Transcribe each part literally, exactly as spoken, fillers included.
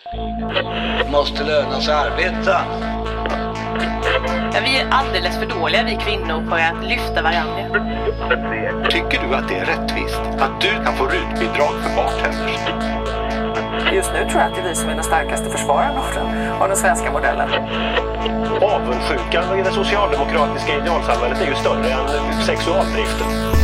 Måste löna sig arbeta. Ja, vi är alldeles för dåliga, vi kvinnor, för att lyfta varandra. Tycker du att det är rättvist att du kan få rutbidrag för bartenders? Just nu tror jag att det är vi som är den starkaste försvararen av den svenska modellen. Avundsjukan i det socialdemokratiska idealsamhället är ju större än sexualdriften.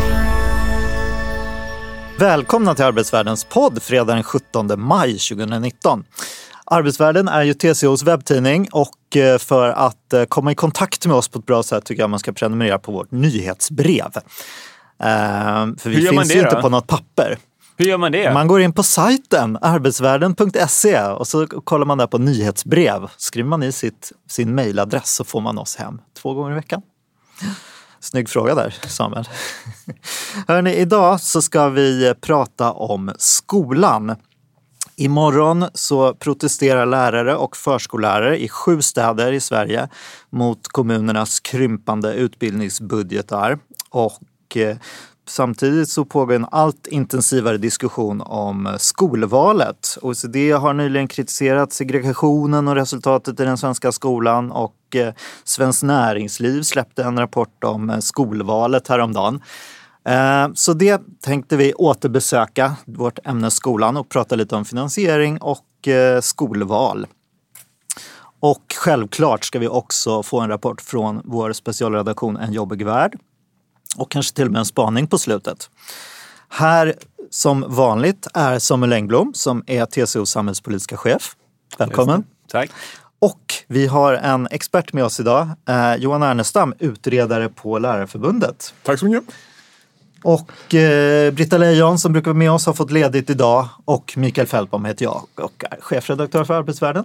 Välkomna till Arbetsvärldens podd fredag den sjuttonde maj tjugonitton. Arbetsvärlden är ju T C O:s webbtidning och för att komma i kontakt med oss på ett bra sätt tycker jag man ska prenumerera på vårt nyhetsbrev. För vi finns ju inte på något papper. Hur gör man det? Man går in på sajten arbetsvärlden punkt se och så kollar man där på nyhetsbrev. Skriver man i sitt, sin mejladress så får man oss hem två gånger i veckan. Snygg fråga där, Samuel. Hörrni, idag så ska vi prata om skolan. Imorgon så protesterar lärare och förskollärare i sju städer i Sverige mot kommunernas krympande utbildningsbudgetar. Och eh, samtidigt så pågår en allt intensivare diskussion om skolvalet. O E C D har nyligen kritiserat segregationen och resultatet i den svenska skolan och eh, Svenskt Näringsliv släppte en rapport om skolvalet häromdagen. Så det tänkte vi återbesöka, vårt ämne skolan, och prata lite om finansiering och skolval. Och självklart ska vi också få en rapport från vår specialredaktion En jobbig värld. Och kanske till och med en spaning på slutet. Här som vanligt är Samuel Engblom som är T C O:s samhällspolitiska chef. Välkommen. Tack. Och vi har en expert med oss idag, eh, Johan Ernestam, utredare på Lärarförbundet. Tack så mycket. Och eh, Britta Lejon som brukar vara med oss har fått ledigt idag. Och Mikael Fältbom heter jag och är chefredaktör för Arbetsvärlden.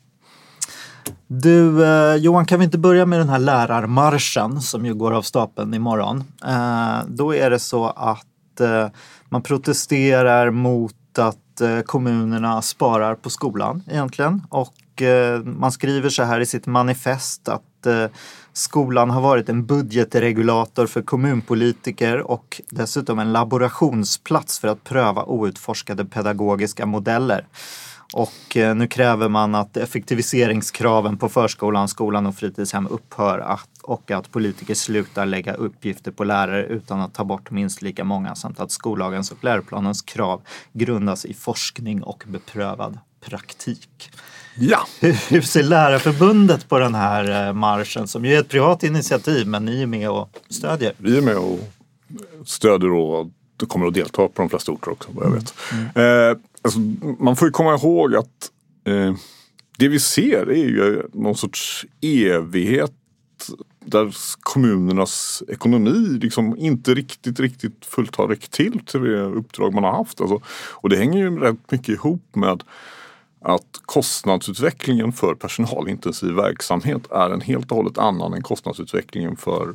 Du eh, Johan, kan vi inte börja med den här lärarmarschen som ju går av stapeln imorgon. Eh, då är det så att eh, man protesterar mot att eh, kommunerna sparar på skolan egentligen. Och eh, man skriver så här i sitt manifest att eh, skolan har varit en budgetregulator för kommunpolitiker och dessutom en laborationsplats för att pröva outforskade pedagogiska modeller. Och nu kräver man att effektiviseringskraven på förskolan, skolan och fritidshem upphör att, och att politiker slutar lägga uppgifter på lärare utan att ta bort minst lika många, samt att skollagens och läroplanens krav grundas i forskning och beprövad praktik. Ja. Hur, hur ser Lärarförbundet på den här marschen som ju är ett privat initiativ, men ni är med och stödjer? Vi är med och stödjer och kommer att delta på de flesta orter också, vad jag vet. Mm. Eh, alltså, man får ju komma ihåg att eh, det vi ser är ju någon sorts evighet där kommunernas ekonomi liksom inte riktigt, riktigt fullt har räckt till till det uppdrag man har haft. Alltså, och det hänger ju rätt mycket ihop med att kostnadsutvecklingen för personalintensiv verksamhet är en helt och hållet annan än kostnadsutvecklingen för,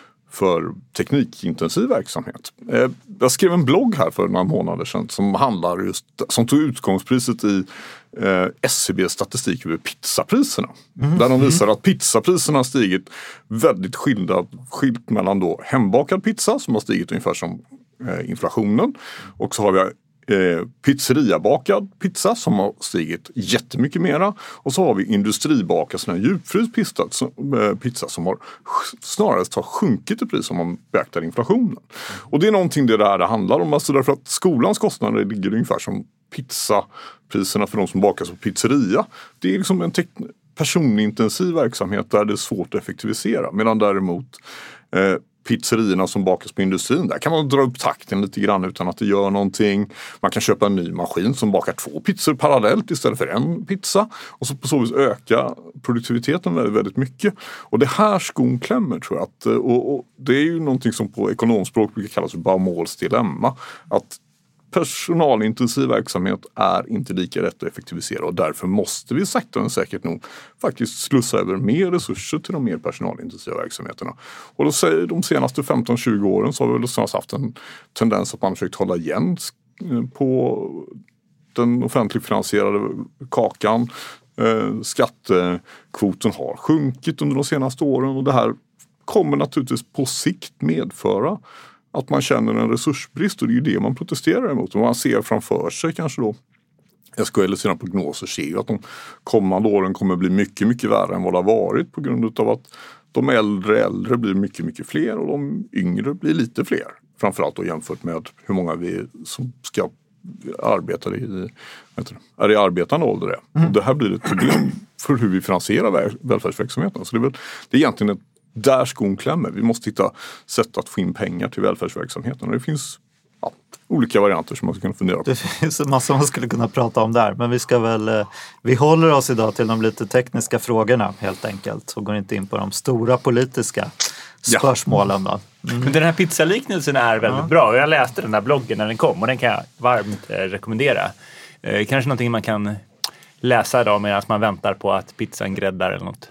för teknikintensiv verksamhet. Eh, jag skrev en blogg här för några månader sedan som handlar just, som tog utgångspriset i eh, S C B:s statistik över pizzapriserna. Mm. Där de visar att pizzapriserna har stigit väldigt skilda, skilt mellan då hembakad pizza som har stigit ungefär som eh, inflationen, och så har vi Eh, pizzeriabakad pizza som har stigit jättemycket mera, och så har vi industribakad sån här djupfryst pizza, som, eh, pizza som har snarare har sjunkit i pris om man beaktar inflationen. Och det är någonting det där det handlar om, alltså därför att skolans kostnader ligger ungefär som pizzapriserna för de som bakas på pizzeria. Det är liksom en tek- personintensiv verksamhet där det är svårt att effektivisera, medan däremot eh, pizzerierna som bakas på industrin, där kan man dra upp takten lite grann utan att det gör någonting. Man kan köpa en ny maskin som bakar två pizzor parallellt istället för en pizza, och så på så vis öka produktiviteten väldigt, väldigt mycket. Och det här skon klämmer, tror jag. Att, och, och det är ju någonting som på ekonomspråk brukar kallas för Baumolls dilemma. Att personalintensiv verksamhet är inte lika rätt att effektivisera, och därför måste vi sakta men säkert nog faktiskt slussa över mer resurser till de mer personalintensiva verksamheterna. Och då säger de senaste femton tjugo åren så har vi väl snarare haft en tendens att man försökt hålla igen på den offentligt finansierade kakan. Skattekvoten har sjunkit under de senaste åren, och det här kommer naturligtvis på sikt medföra att man känner en resursbrist, och det är ju det man protesterar emot. Och man ser framför sig kanske då S K L i sina prognoser ser ju att de kommande åren kommer bli mycket, mycket värre än vad det har varit på grund av att de äldre äldre blir mycket, mycket fler och de yngre blir lite fler. Framförallt då jämfört med hur många vi som ska arbeta i, är i arbetande ålder. Mm. Och det här blir ett problem för hur vi finansierar välfärdsverksamheten. Så det är, väl, det är egentligen ett, där skon klämmer. Vi måste hitta sätt att få in pengar till välfärdsverksamheten. Och det finns ja, olika varianter som man ska kunna fundera på. Det finns en massa man skulle kunna prata om där. Men vi ska väl, vi håller oss idag till de lite tekniska frågorna helt enkelt. Och går inte in på de stora politiska spörsmålen då. Mm. Men den här pizzaliknelsen är väldigt ja. bra. Jag läste den här bloggen när den kom och den kan jag varmt eh, rekommendera. Eh, kanske någonting man kan läsa idag medan man väntar på att pizzan gräddar eller något.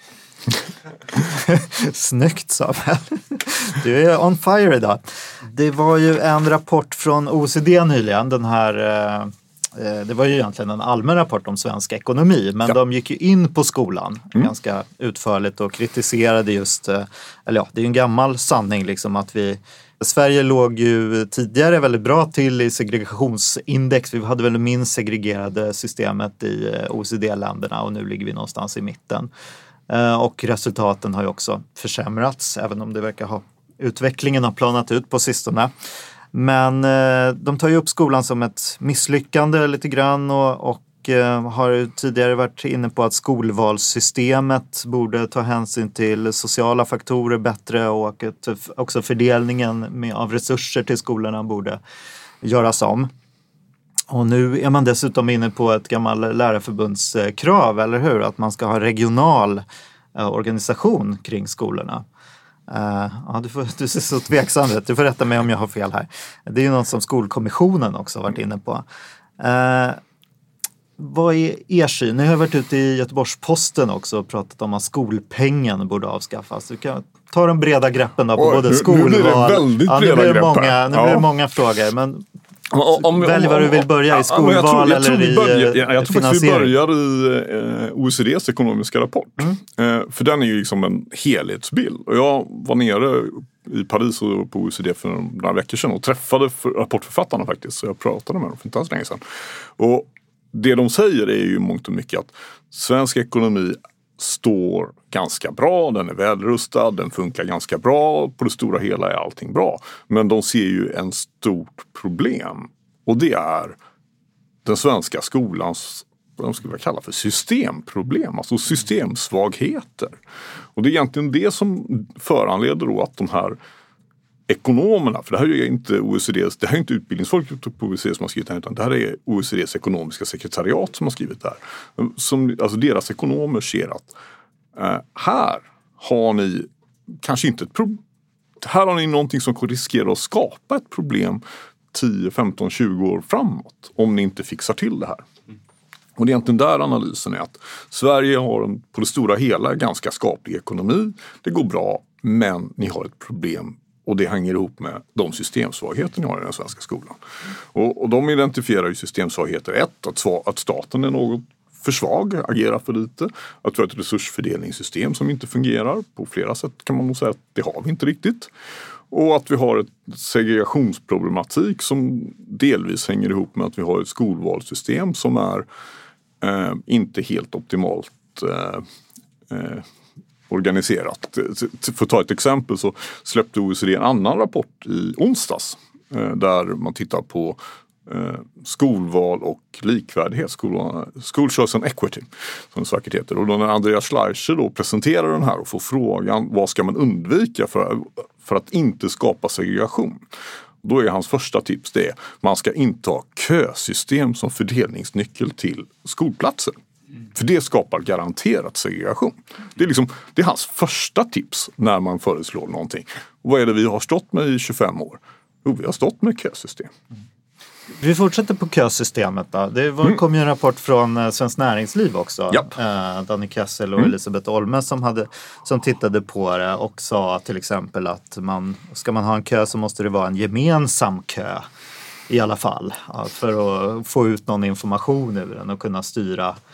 Snyggt, Samuel. Du är on fire idag. Det var ju en rapport från O E C D nyligen. Den här, eh, det var ju egentligen en allmän rapport om svensk ekonomi. Men ja. de gick ju in på skolan mm. ganska utförligt och kritiserade just, eller ja, det är ju en gammal sanning liksom att vi Sverige låg ju tidigare väldigt bra till i segregationsindex. Vi hade väl det minst segregerade systemet i O E C D-länderna och nu ligger vi någonstans i mitten. Och resultaten har ju också försämrats, även om det verkar ha utvecklingen har planat ut på sistone. Men de tar ju upp skolan som ett misslyckande lite grann och, och har tidigare varit inne på att skolvalssystemet borde ta hänsyn till sociala faktorer bättre och att också fördelningen med, av resurser till skolorna borde göras om. Och nu är man dessutom inne på ett gammalt lärarförbundskrav, eller hur? Att man ska ha regional eh, organisation kring skolorna. Uh, ja, du, får, du ser så tveksam ut. Du får rätta mig om jag har fel här. Det är ju något som skolkommissionen också har varit inne på. Uh, vad är er syn? Ni har varit ute i Göteborgs-Posten också och pratat om att skolpengen borde avskaffas. Du kan ta de breda greppen då på Oj, både nu, skolval. Nu blir det väldigt ja, breda nu blir det grepp många, här. Nu ja. blir det många frågor, men Om, Välj vad du vill börja i skolval jag tror, jag tror eller i börjar, jag, jag tror faktiskt vi börjar i eh, O E C D:s ekonomiska rapport. Mm. Eh, för den är ju liksom en helhetsbild. Och jag var nere i Paris och på O E C D för några veckor sedan och träffade för, rapportförfattarna faktiskt. Så jag pratade med dem för inte alls länge sedan. Och det de säger är ju mångt och mycket att svensk ekonomi står ganska bra, den är välrustad, den funkar ganska bra, på det stora hela är allting bra. Men de ser ju en stort problem och det är den svenska skolans, vad de skulle kalla för systemproblem, alltså systemsvagheter. Och det är egentligen det som föranleder då att de här ekonomerna, för det här är inte O E C D:s, det här är inte utbildningsfolk på O E C D som har skrivit det här, utan det här är O E C D:s ekonomiska sekretariat som har skrivit det här. Som, alltså deras ekonomer ser att eh, här har ni kanske inte ett problem, här har ni någonting som riskerar att skapa ett problem tio, femton, tjugo år framåt om ni inte fixar till det här. Och det är egentligen där analysen är att Sverige har en, på det stora hela ganska skaplig ekonomi, det går bra, men ni har ett problem. Och det hänger ihop med de systemsvagheter ni har i den svenska skolan. Och, och de identifierar ju systemsvagheter. Ett, att, sva, att staten är något för svag, agerar för lite. Att vi har ett resursfördelningssystem som inte fungerar. På flera sätt kan man nog säga att det har vi inte riktigt. Och att vi har ett segregationsproblematik som delvis hänger ihop med att vi har ett skolvalssystem som är eh, inte helt optimalt eh, eh, organiserat. För att ta ett exempel så släppte O E C D en annan rapport i onsdags där man tittar på skolval och likvärdighet, School, School Choice and Equity som det säkert heter. Och då när Andreas Schleicher då presenterar den här och får frågan vad ska man undvika för, för att inte skapa segregation. Då är hans första tips det man ska inte ha kösystem som fördelningsnyckel till skolplatser. För det skapar garanterat segregation. Det är, liksom, det är hans första tips när man föreslår någonting. Och vad är det vi har stått med i tjugofem år? Jo, vi har stått med kösystem. Vi fortsätter på kösystemet då. Det var, mm. kom ju en rapport från Svenskt Näringsliv också. Japp. Eh, Danny Kessel och mm. Elisabeth Olme som, hade, som tittade på det och sa till exempel att man, ska man ha en kö så måste det vara en gemensam kö i alla fall. För att få ut någon information ur den och kunna styra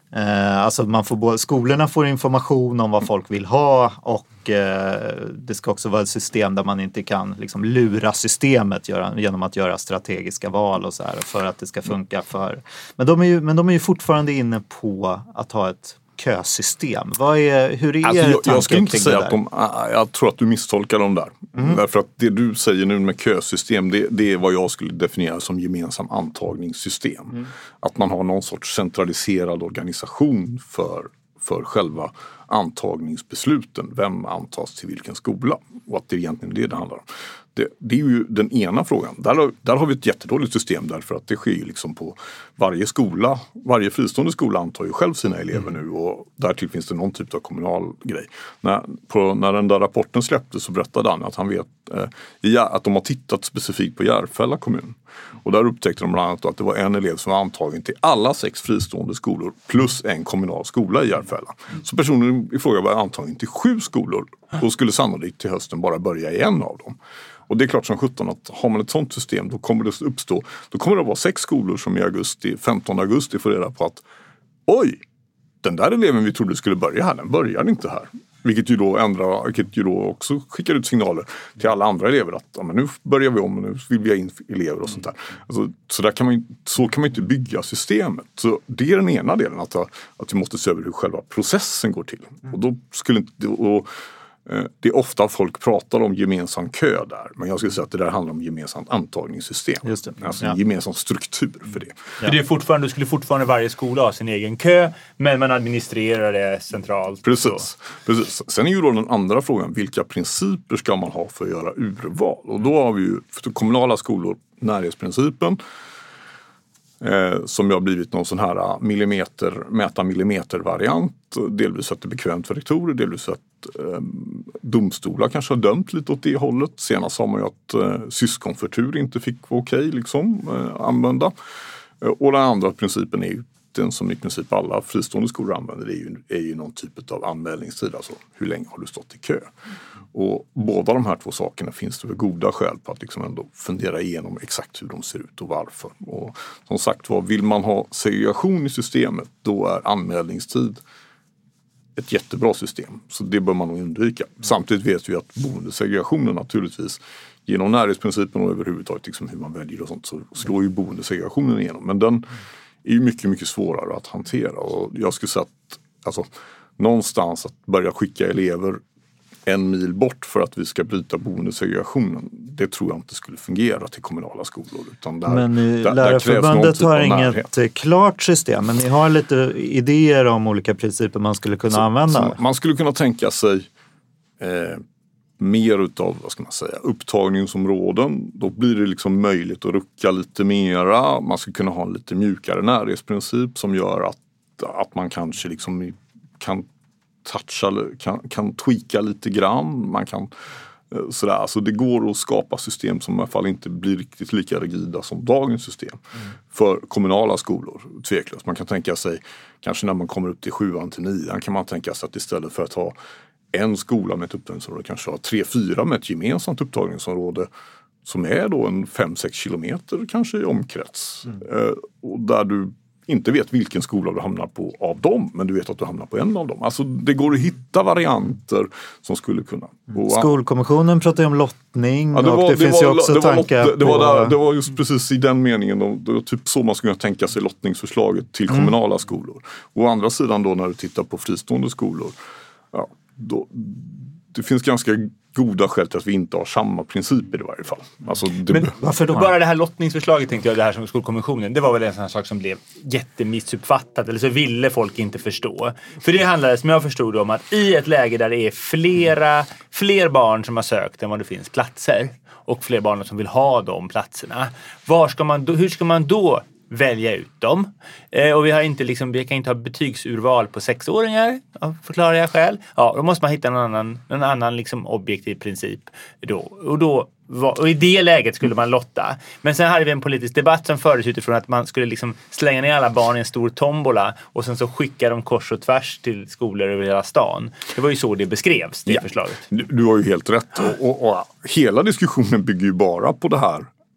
Eh, alltså man får både, skolorna får information om vad folk vill ha och eh, det ska också vara ett system där man inte kan liksom lura systemet göra, genom att göra strategiska val och så här för att det ska funka för. Men de är ju, men de är ju fortfarande inne på att ha ett kösystem. Vad är, hur är alltså, jag, jag skulle inte säga att de, jag tror att du misstolkar dem där. Mm. Därför att det du säger nu med kösystem, det, det är vad jag skulle definiera som gemensam antagningssystem. Mm. Att man har någon sorts centraliserad organisation för, för själva antagningsbesluten. Vem antas till vilken skola? Och att det är egentligen det det handlar om. Det, det är ju den ena frågan. Där, där har vi ett jättedåligt system därför att det sker ju liksom på varje skola. Varje fristående skola antar ju själv sina elever nu och därtill finns det någon typ av kommunal grej. När, på, när den där rapporten släpptes så berättade han att han vet eh, att de har tittat specifikt på Järfälla kommun. Och där upptäckte de bland annat att det var en elev som var antagen till alla sex fristående skolor plus en kommunal skola i Järfälla. Så personen i fråga var antagen till sju skolor och skulle sannolikt till hösten bara börja i en av dem. Och det är klart som sjutton att har man ett sånt system då kommer det uppstå, då kommer det vara sex skolor som i augusti, femtonde augusti får reda på att oj, den där eleven vi trodde skulle börja här, den börjar inte här. Vilket ju då ändrar, vilket ju då också skickar ut signaler till alla andra elever att ja, men nu börjar vi om och nu vill vi ha in elever och sånt där. Alltså, så, där kan man, så kan man inte bygga systemet. Så det är den ena delen, att, att vi måste se över hur själva processen går till. Och då skulle inte... Och, det är ofta folk pratar om gemensam kö där. Men jag skulle säga att det där handlar om gemensamt antagningssystem. Just det. Alltså en ja. gemensam struktur för det. Ja. För det är fortfarande, du skulle fortfarande varje skola ha sin egen kö. Men man administrerar det centralt. Precis. Precis. Sen är ju då den andra frågan. Vilka principer ska man ha för att göra urval? Och då har vi ju för kommunala skolor närhetsprincipen. Eh, som har blivit någon sån här millimeter, mäta millimeter variant. Delvis att det är bekvämt för rektorer, delvis att eh, domstolar kanske har dömt lite åt det hållet. Senast sa man ju att eh, syskonförtur inte fick vara okej liksom, eh, använda. Eh, och den andra principen är ju den som i princip alla fristående skolor använder, det är ju, är ju någon typ av anmälningstid, alltså hur länge har du stått i kö? Och båda de här två sakerna finns det väl goda skäl på att liksom ändå fundera igenom exakt hur de ser ut och varför. Och som sagt, vad vill man ha segregation i systemet, då är anmälningstid ett jättebra system. Så det bör man nog undvika. Samtidigt vet vi att boendesegregationen naturligtvis genom närhetsprincipen och överhuvudtaget liksom hur man väljer och sånt så slår ju boendesegregationen igenom. Men den är ju mycket, mycket svårare att hantera. Och jag skulle säga att alltså, någonstans att börja skicka elever en mil bort för att vi ska bryta boendesegregationen, det tror jag inte skulle fungera till kommunala skolor. Utan där, men ni, där, Lärarförbundet där har inget klart system, men ni har lite idéer om olika principer man skulle kunna så, använda. Så man skulle kunna tänka sig eh, mer utav, vad ska man säga, upptagningsområden. Då blir det liksom möjligt att rucka lite mera. Man skulle kunna ha en lite mjukare närhetsprincip som gör att, att man kanske liksom kan toucha, kan, kan tweaka lite grann. Man kan sådär. Alltså det går att skapa system som i alla fall inte blir riktigt lika rigida som dagens system. Mm. För kommunala skolor, tveklöst. Man kan tänka sig, kanske när man kommer upp till sjuan till nian kan man tänka sig att istället för att ha en skola med ett upptagningsområde kanske ha tre, fyra med ett gemensamt upptagningsområde som är då en fem sex kilometer kanske i omkrets. Mm. Eh, och där du inte vet vilken skola du hamnar på av dem, men du vet att du hamnar på en av dem. Alltså det går att hitta varianter som skulle kunna. Mm. Skolkommissionen pratar ju om lottning ja, det var, och det, det finns var, ju också det tankar lott, det, på... var där, det var just precis i den meningen, det var typ så man skulle kunna tänka sig lottningsförslaget till mm. kommunala skolor. Och å andra sidan då när du tittar på fristående skolor, ja, då, det finns ganska goda skäl till att vi inte har samma principer i varje fall. Alltså det, men varför då? Bara det här lottningsförslaget tänkte jag, det här som skolkommissionen, det var väl en sån här sak som blev jättemissuppfattat eller så ville folk inte förstå. För det handlade, som jag förstod om, att i ett läge där det är flera, fler barn som har sökt än vad det finns platser och fler barn som vill ha de platserna, var ska man då, hur ska man då välja ut dem. Eh, och vi har inte liksom, vi kan inte ha betygsurval på sexåringar av förklarliga skäl. Ja, då måste man hitta någon annan, någon annan liksom objektiv princip då. Och då och i det läget skulle man lotta. Men sen hade vi en politisk debatt som fördes utifrån att man skulle liksom slänga ner alla barn i en stor tombola och sen så skicka dem kors och tvärs till skolor över hela stan. Det var ju så det beskrevs, det ja, förslaget. Du, du har ju helt rätt. Och, och, och hela diskussionen bygger ju bara på det här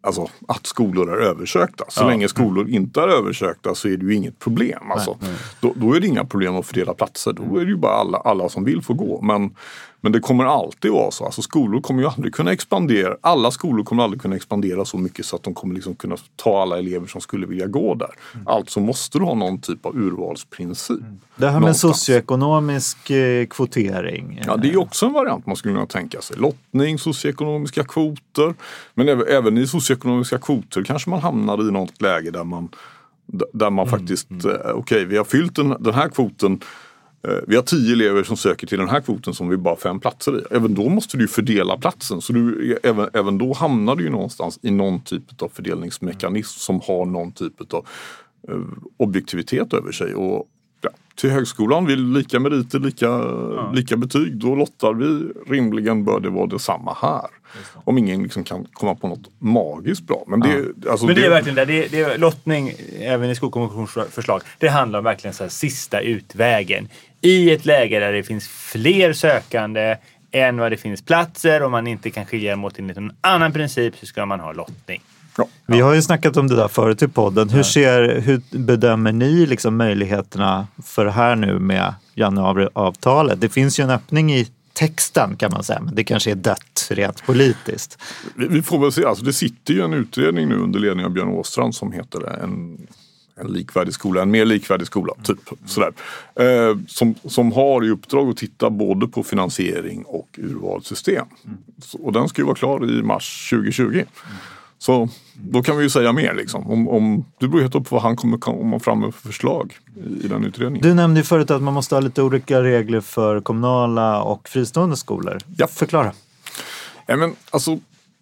alltså, att skolor är översökta. Så Ja. länge skolor inte är översökta så är det ju inget problem. Alltså, Nej. då, då är det inga problem att fördela platser. Då är det ju bara alla, alla som vill få gå. Men, men det kommer alltid vara så. Alltså, skolor kommer ju aldrig kunna expandera. Alla skolor kommer aldrig kunna expandera så mycket så att de kommer liksom kunna ta alla elever som skulle vilja gå där. Mm. Alltså måste du ha någon typ av urvalsprincip. Mm. Det här med någonstans. Socioekonomisk eh, kvotering. Ja, det är ju också en variant man skulle kunna tänka sig. Lottning, socioekonomiska kvoter. Men även, även i socioekonomiska kvoter kanske man hamnar i något läge där man, där man mm, faktiskt, mm. eh, okej okay, vi har fyllt den, den här kvoten. Eh, vi har tio elever som söker till den här kvoten som vi bara har fem platser i. Även då måste du fördela platsen. Så du, även, även då hamnar du ju någonstans i någon typ av fördelningsmekanism som har någon typ av eh, objektivitet över sig. Och ja, till högskolan vill lika meriter, lika, ja. lika betyg. Då lottar vi, rimligen bör det vara detsamma här. Om ingen liksom kan komma på något magiskt bra. Men det, ja. alltså Men det, det är verkligen det. Det är, det är lottning, även i skolkommissionens förslag. Det handlar om verkligen så här sista utvägen. I ett läge där det finns fler sökande än vad det finns platser och man inte kan skilja mot enligt en annan princip så ska man ha lottning. Ja. Vi har ju snackat om det där förut i podden. Hur, ser, hur bedömer ni liksom möjligheterna för det här nu med januariavtalet? Det finns ju en öppning i texten kan man säga, men det kanske är dött rent politiskt. Vi, vi får väl se, alltså det sitter ju en utredning nu under ledning av Björn Åstrand som heter en, en likvärdig skola, en mer likvärdig skola, typ sådär. Eh, som, som har i uppdrag att titta både på finansiering och urvalssystem. Mm. Så, och den ska ju vara klar i mars tjugo tjugo. Mm. Så då kan vi ju säga mer liksom. Om, om, det beror helt upp på vad han kommer komma fram med för förslag i, i den utredningen. Du nämnde ju förut att man måste ha lite olika regler för kommunala och fristående skolor. Ja. Förklara. Ja, men alltså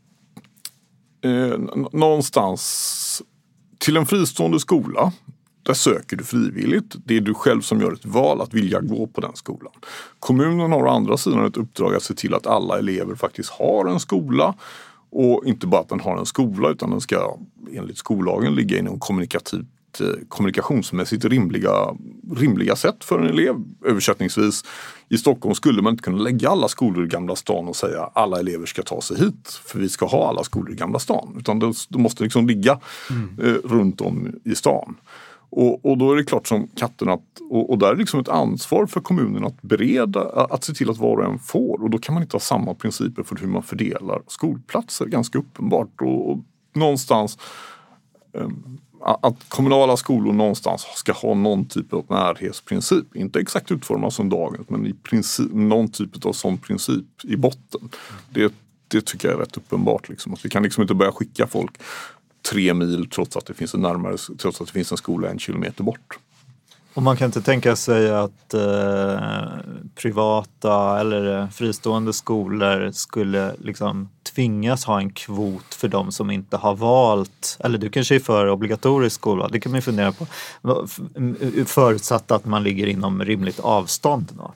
eh, någonstans till en fristående skola där söker du frivilligt. Det är du själv som gör ett val att vilja gå på den skolan. Kommunen har å andra sidan ett uppdrag att se till att alla elever faktiskt har en skola. Och inte bara att den har en skola utan den ska enligt skollagen ligga inom kommunikativt, kommunikationsmässigt rimliga, rimliga sätt för en elev. Översättningsvis, i Stockholm skulle man inte kunna lägga alla skolor i Gamla stan och säga att alla elever ska ta sig hit för vi ska ha alla skolor i Gamla stan. Utan de, de måste liksom ligga mm. eh, runt om i stan. Och, och då är det klart som katten att, och, och där är liksom ett ansvar för kommunen att bereda, att se till att var och en får. Och då kan man inte ha samma principer för hur man fördelar skolplatser, ganska uppenbart. Och, och någonstans, um, att kommunala skolor någonstans ska ha någon typ av närhetsprincip. Inte exakt utformad som dagens, men i princip, någon typ av sån princip i botten. Det, det tycker jag är rätt uppenbart. Liksom. Att vi kan liksom inte börja skicka folk tre mil trots att det finns en närmare, trots att det finns en skola en kilometer bort. Och man kan inte tänka sig att eh, privata eller fristående skolor skulle liksom tvingas ha en kvot för de som inte har valt, eller du kanske är för obligatorisk skola, det kan man ju fundera på, förutsatt att man ligger inom rimligt avstånd då.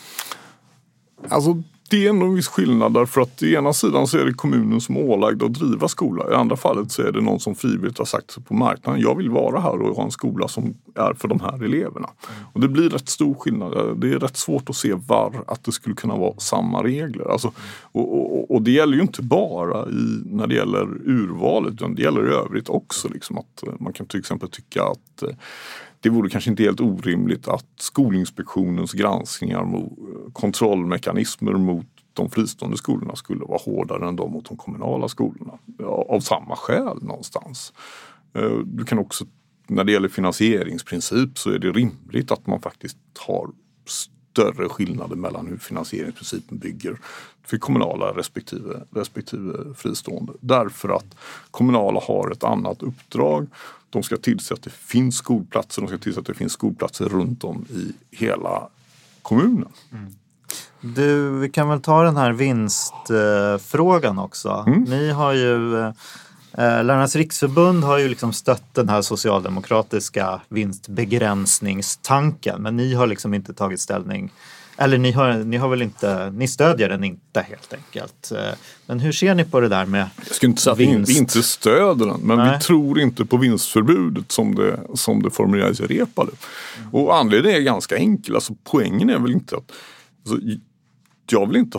Alltså det är ändå en viss skillnad därför att i ena sidan så är det kommunen som är ålagd att driva skola. I andra fallet så är det någon som frivilligt har sagt på marknaden jag vill vara här och ha en skola som är för de här eleverna. Och det blir rätt stor skillnad. Det är rätt svårt att se var att det skulle kunna vara samma regler. Alltså, och, och, och det gäller ju inte bara i, när det gäller urvalet utan det gäller i övrigt också. Liksom att man kan till exempel tycka att det vore kanske inte helt orimligt att Skolinspektionens granskningar mot kontrollmekanismer mot de fristående skolorna skulle vara hårdare än de mot de kommunala skolorna. Av samma skäl någonstans. Du kan också, när det gäller finansieringsprincip så är det rimligt att man faktiskt har större skillnader mellan hur finansieringsprincipen bygger för kommunala respektive, respektive fristående. Därför att kommunala har ett annat uppdrag. De ska tillse att det finns skolplatser. De ska tillse att det finns skolplatser runt om i hela kommunen. Mm. Du, vi kan väl ta den här vinstfrågan också. Mm. Ni har ju... Eh, Lärarnas riksförbund har ju liksom stött den här socialdemokratiska vinstbegränsningstanken. Men ni har liksom inte tagit ställning. Eller ni har, ni har väl inte... Ni stödjer den inte helt enkelt. Men hur ser ni på det där med Jag skulle inte säga att vinst? Vi inte stöder den. Men Nej. vi tror inte på vinstförbudet som det, som det formuleras i Reepalu. Mm. Och anledningen är ganska enkel. Alltså, poängen är väl inte att... Alltså, jag vill inte ha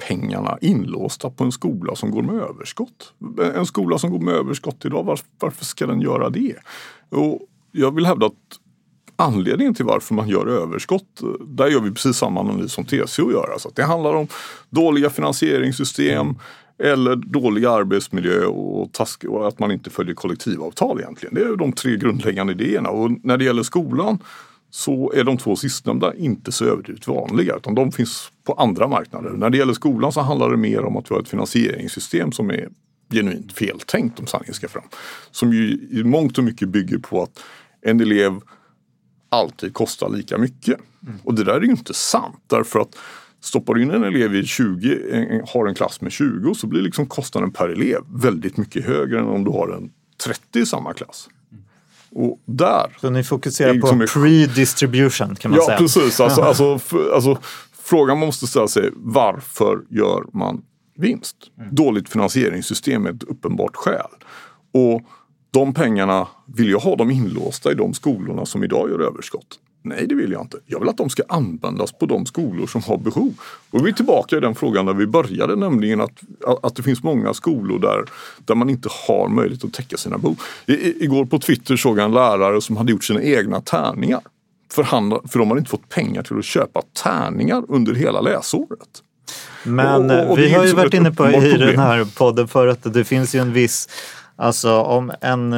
pengarna inlåsta på en skola som går med överskott. En skola som går med överskott idag, varför, varför ska den göra det? Och jag vill hävda att anledningen till varför man gör överskott, där gör vi precis samma analys som T C O gör. Alltså att det handlar om dåliga finansieringssystem mm. eller dålig arbetsmiljö och, task, och att man inte följer kollektivavtal egentligen. Det är de tre grundläggande idéerna. Och när det gäller skolan så är de två sistnämnda inte så överdrivet vanliga, utan de finns på andra marknader. När det gäller skolan så handlar det mer om att vi har ett finansieringssystem som är genuint feltänkt, om sanningen ska fram. Som ju i mångt och mycket bygger på att en elev alltid kostar lika mycket. Mm. Och det där är ju inte sant, därför att stoppar du in en elev i tjugo, en, har en klass med tjugo, så blir liksom kostnaden per elev väldigt mycket högre än om du har en trettio i samma klass. Och där... Så ni fokuserar liksom på pre-distribution, kan man ja, säga. Ja, precis. Alltså, alltså, för, alltså, frågan man måste ställa sig, varför gör man vinst? Mm. Dåligt finansieringssystem är ett uppenbart skäl. Och de pengarna, vill jag ha dem inlåsta i de skolorna som idag gör överskott? Nej, det vill jag inte. Jag vill att de ska användas på de skolor som har behov. Och vi är tillbaka i den frågan där vi började, nämligen att, att det finns många skolor där, där man inte har möjlighet att täcka sina behov. I, igår på Twitter såg jag en lärare som hade gjort sina egna tärningar. För, han, för de har inte fått pengar till att köpa tärningar under hela läsåret. Men och, och, och vi har ju varit inne på i den här podden för att det finns ju en viss... Alltså om en,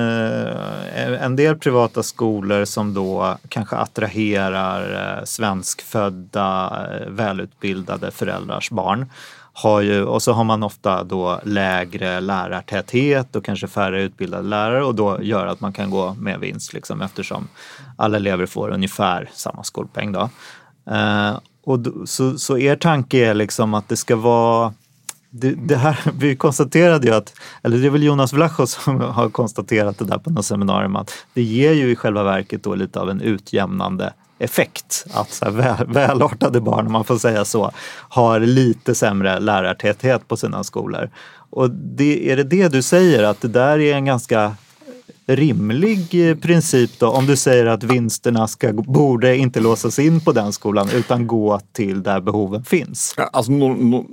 en del privata skolor som då kanske attraherar svenskfödda, välutbildade föräldrars barn har ju, och så har man ofta då lägre lärartäthet och kanske färre utbildade lärare, och då gör att man kan gå med vinst liksom, eftersom alla elever får ungefär samma skolpeng då. Eh, och då, så, så er tanke är liksom att det ska vara... Det, det här, vi konstaterade ju att, eller det är väl Jonas Vlachos som har konstaterat det där på något seminarium, att det ger ju i själva verket då lite av en utjämnande effekt. Att så här väl, välartade barn, om man får säga så, har lite sämre lärartäthet på sina skolor. Och det, är det det du säger, att det där är en ganska rimlig princip då, om du säger att vinsterna ska, borde inte låsas in på den skolan utan gå till där behoven finns? Ja, alltså no, no.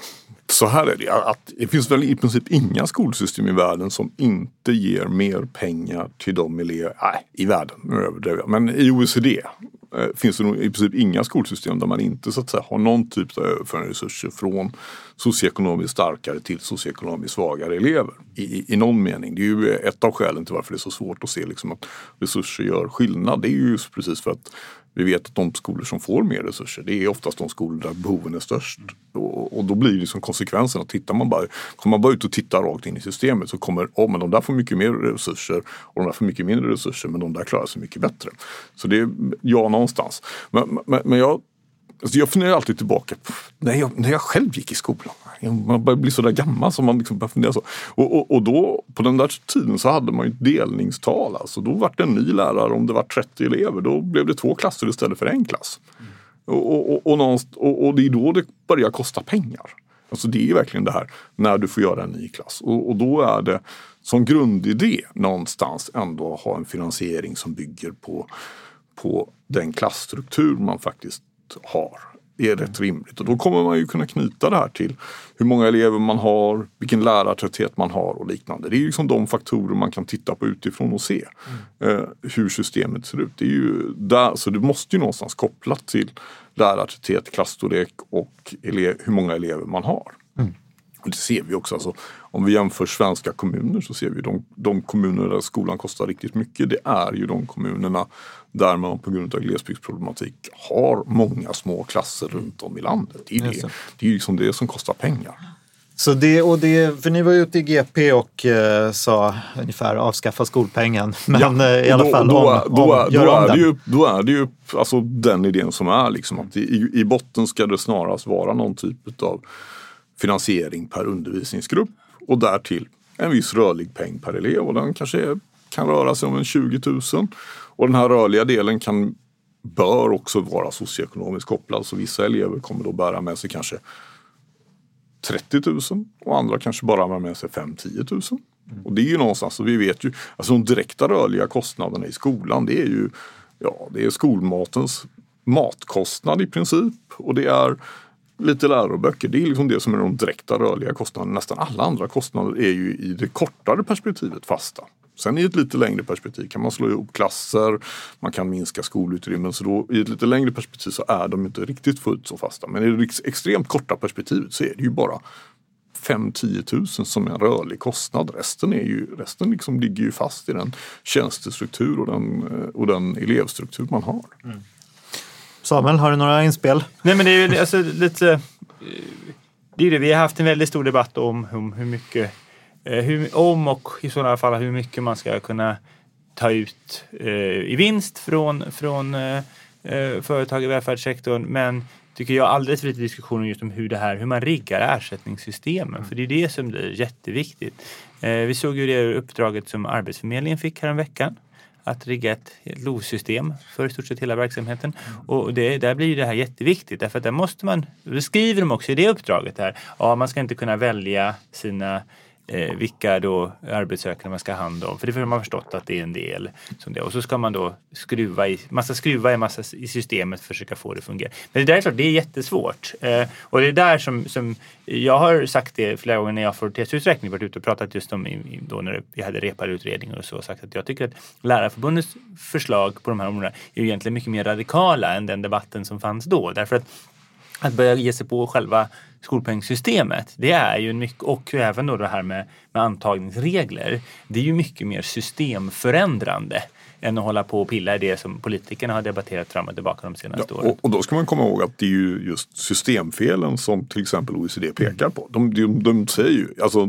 Så här är det, att det finns väl i princip inga skolsystem i världen som inte ger mer pengar till de elever, nej, i världen, men i O E C D eh, finns det nog i princip inga skolsystem där man inte så att säga har någon typ av överföring resurser från socioekonomiskt starkare till socioekonomiskt svagare elever i, i, i någon mening. Det är ju ett av skälen till varför det är så svårt att se liksom, att resurser gör skillnad. Det är ju just precis för att vi vet att de skolor som får mer resurser, det är oftast de skolor där behoven är störst. Och, och då blir det liksom konsekvensen att tittar man bara, kommer man bara ut och tittar rakt in i systemet så kommer, oh, men de där får mycket mer resurser och de där får mycket mindre resurser, men de där klarar sig mycket bättre. Så det är ja någonstans. Men, men, men jag, alltså jag funderar alltid tillbaka på när jag, när jag själv gick i skolan. Man börjar bli så där gammal som man liksom börjar fundera så. Och, och, och då, på den där tiden så hade man ju ett delningstal. Alltså då var det en ny lärare, om det var trettio elever, då blev det två klasser istället för en klass. Mm. Och, och, och, och, och det är då det börjar kosta pengar. Alltså det är verkligen det här, när du får göra en ny klass. Och, och då är det som grundidé någonstans ändå att ha en finansiering som bygger på, på den klassstruktur man faktiskt har. Det är rätt rimligt. Och då kommer man ju kunna knyta det här till hur många elever man har, vilken lärartrötthet man har och liknande. Det är ju liksom de faktorer man kan titta på utifrån och se mm. eh, hur systemet ser ut. Det är ju där, så det måste ju någonstans kopplat till lärartrötthet, klassstorlek och elev, hur många elever man har. Mm. Och det ser vi också. Alltså, om vi jämför svenska kommuner så ser vi de, de kommuner där skolan kostar riktigt mycket. Det är ju de kommunerna där man på grund av glesbygdsproblematik har många små klasser runt om i landet. Det är det, det är liksom det som kostar pengar. Så det, och det, för ni var ute i G P och eh, sa ungefär avskaffa skolpengen. Men ja, i alla då, fall då, om, då, om, då, gör då, om är den. det ju, då är det ju alltså den idén som är liksom att i, i botten ska det snarast vara någon typ av finansiering per undervisningsgrupp och därtill en viss rörlig peng per elev, och den kanske är, kan röra sig om en tjugo tusen, och den här rörliga delen kan bör också vara socioekonomiskt kopplad, så vissa elever kommer då bära med sig kanske trettio tusen och andra kanske bara bära med sig fem till tio tusen. Mm. Och det är ju någonstans, så vi vet ju, alltså de direkta rörliga kostnaderna i skolan, det är ju ja, det är skolmatens matkostnad i princip, och det är lite läroböcker. Det är liksom det som är de direkta rörliga kostnaderna. Nästan alla andra kostnader är ju i det kortare perspektivet fasta. Sen i ett lite längre perspektiv kan man slå ihop klasser, man kan minska skolutrymmen. Så då, i ett lite längre perspektiv så är de inte riktigt fullt så fasta. Men i det extremt korta perspektivet så är det ju bara fem till tio tusen som är en rörlig kostnad. Resten, är ju, resten liksom ligger ju fast i den tjänstestruktur och den, och den elevstruktur man har. Mm. Samuel, har du några inspel? Nej, men det är ju alltså, lite... Det är det. Vi har haft en väldigt stor debatt om hur, hur mycket... Hur, om och i sådana fall hur mycket man ska kunna ta ut eh, i vinst från, från eh, företag i välfärdssektorn. Men tycker jag alldeles för lite diskussioner just om hur det här, hur man riggar ersättningssystemen. Mm. För det är det som blir jätteviktigt. Eh, vi såg ju det uppdraget som Arbetsförmedlingen fick här en veckan. Att rigga ett L O S-system för i stort sett hela verksamheten. Mm. Och det, där blir ju det här jätteviktigt. Därför att där måste man, det skriver de också i det uppdraget här. Ja, man ska inte kunna välja sina... Eh, vilka då arbetssökande man ska ha hand om. För det har man förstått att det är en del. Som det. Och så ska man då skruva i massa skruva i massa i systemet för att försöka få det att fungera. Men det där är klart, det är jättesvårt. Eh, och det är där som, som jag har sagt det flera gånger när jag får testuträkning varit ute och pratat just om i, då när vi hade repade utredningar och så, sagt att jag tycker att Lärarförbundets förslag på de här områdena är ju egentligen mycket mer radikala än den debatten som fanns då. Därför att att börja ge sig på själva skolpengssystemet, det är ju en mycket, och även då det här med, med antagningsregler, det är ju mycket mer systemförändrande än att hålla på och pilla i det som politikerna har debatterat fram och tillbaka de senaste ja, åren. Och, och då ska man komma ihåg att det är ju just systemfelen som till exempel O E C D pekar på. De, de, de säger ju, alltså,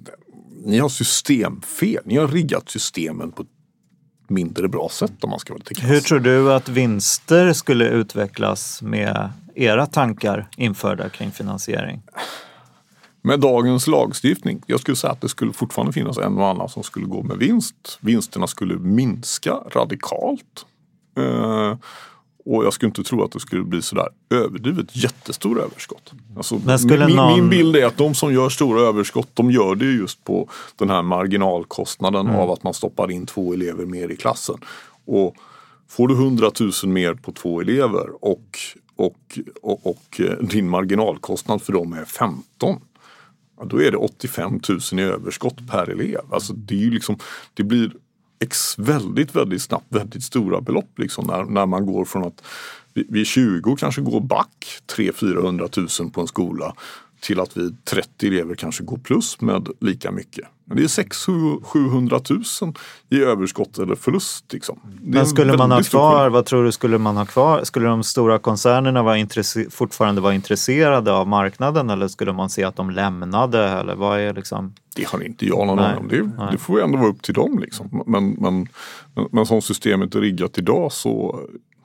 ni har systemfel, ni har riggat systemen på ett mindre bra sätt om man ska vara lite krass. Hur tror du att vinster skulle utvecklas med era tankar införda kring finansiering? Med dagens lagstiftning, jag skulle säga att det skulle fortfarande finnas en och annan som skulle gå med vinst. Vinsterna skulle minska radikalt. Eh, och jag skulle inte tro att det skulle bli sådär överdrivet jättestora överskott. Alltså, Men skulle min, någon... min bild är att de som gör stora överskott, de gör det just på den här marginalkostnaden mm. av att man stoppar in två elever mer i klassen. Och får du hundratusen mer på två elever och, och, och, och din marginalkostnad för dem är femton, då är det åttiofem tusen i överskott per elev. Alltså det är ju liksom, det blir ex väldigt, väldigt snabbt väldigt stora belopp liksom när, när man går från att vid tjugo kanske går back tre till fyrahundratusen på en skola till att vi trettio elever kanske går plus med lika mycket. Men det är sex till sjuhundratusen i överskott eller förlust. Liksom. Men skulle man ha kvar, vad tror du skulle man ha kvar? Skulle de stora koncernerna vara intresse- fortfarande vara intresserade av marknaden eller skulle man se att de lämnade? Eller vad är liksom... Det har inte jag någon aning om. Det, det får ju ändå vara upp till dem. Liksom. Men, men, men, men som systemet är riggat idag så...